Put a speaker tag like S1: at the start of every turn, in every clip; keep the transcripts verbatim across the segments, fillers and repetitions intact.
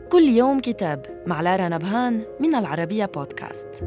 S1: كل يوم كتاب مع لارا نبهان من العربية بودكاست.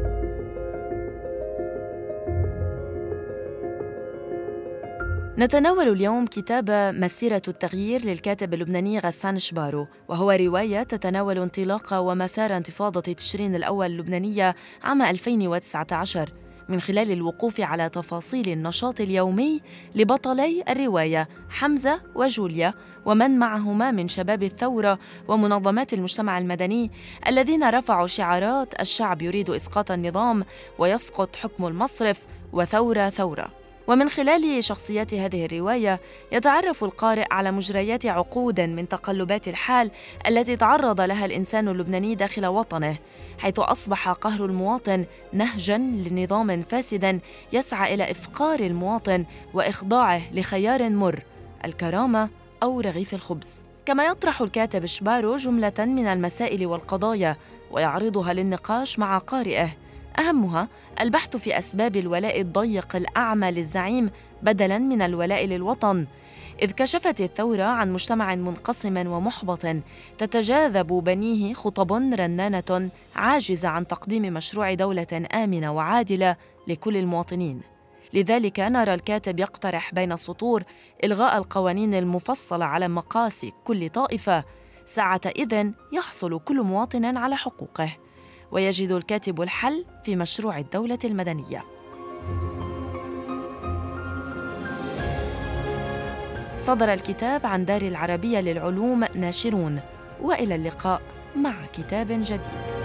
S1: نتناول اليوم كتاب مسيرة التغيير للكاتب اللبناني غسان شبارو، وهو رواية تتناول انطلاق ومسار انتفاضة تشرين الأول اللبنانية عام ألفين وتسعة عشر من خلال الوقوف على تفاصيل النشاط اليومي لبطلي الرواية حمزة وجوليا ومن معهما من شباب الثورة ومنظمات المجتمع المدني الذين رفعوا شعارات الشعب يريد إسقاط النظام ويسقط حكم المصرف وثورة ثورة. ومن خلال شخصيات هذه الرواية يتعرف القارئ على مجريات عقود من تقلبات الحال التي تعرض لها الإنسان اللبناني داخل وطنه، حيث أصبح قهر المواطن نهجاً لنظام فاسد يسعى إلى إفقار المواطن وإخضاعه لخيار مر، الكرامة أو رغيف الخبز. كما يطرح الكاتب شبارو جملة من المسائل والقضايا ويعرضها للنقاش مع قارئه، أهمها البحث في أسباب الولاء الضيق الأعمى للزعيم بدلاً من الولاء للوطن، إذ كشفت الثورة عن مجتمع منقسم ومحبط تتجاذب بنيه خطب رنانة عاجزة عن تقديم مشروع دولة آمنة وعادلة لكل المواطنين. لذلك نرى الكاتب يقترح بين السطور إلغاء القوانين المفصلة على مقاس كل طائفة، ساعة إذن يحصل كل مواطن على حقوقه، ويجد الكاتب الحل في مشروع الدولة المدنية. صدر الكتاب عن دار العربية للعلوم ناشرون، وإلى اللقاء مع كتاب جديد.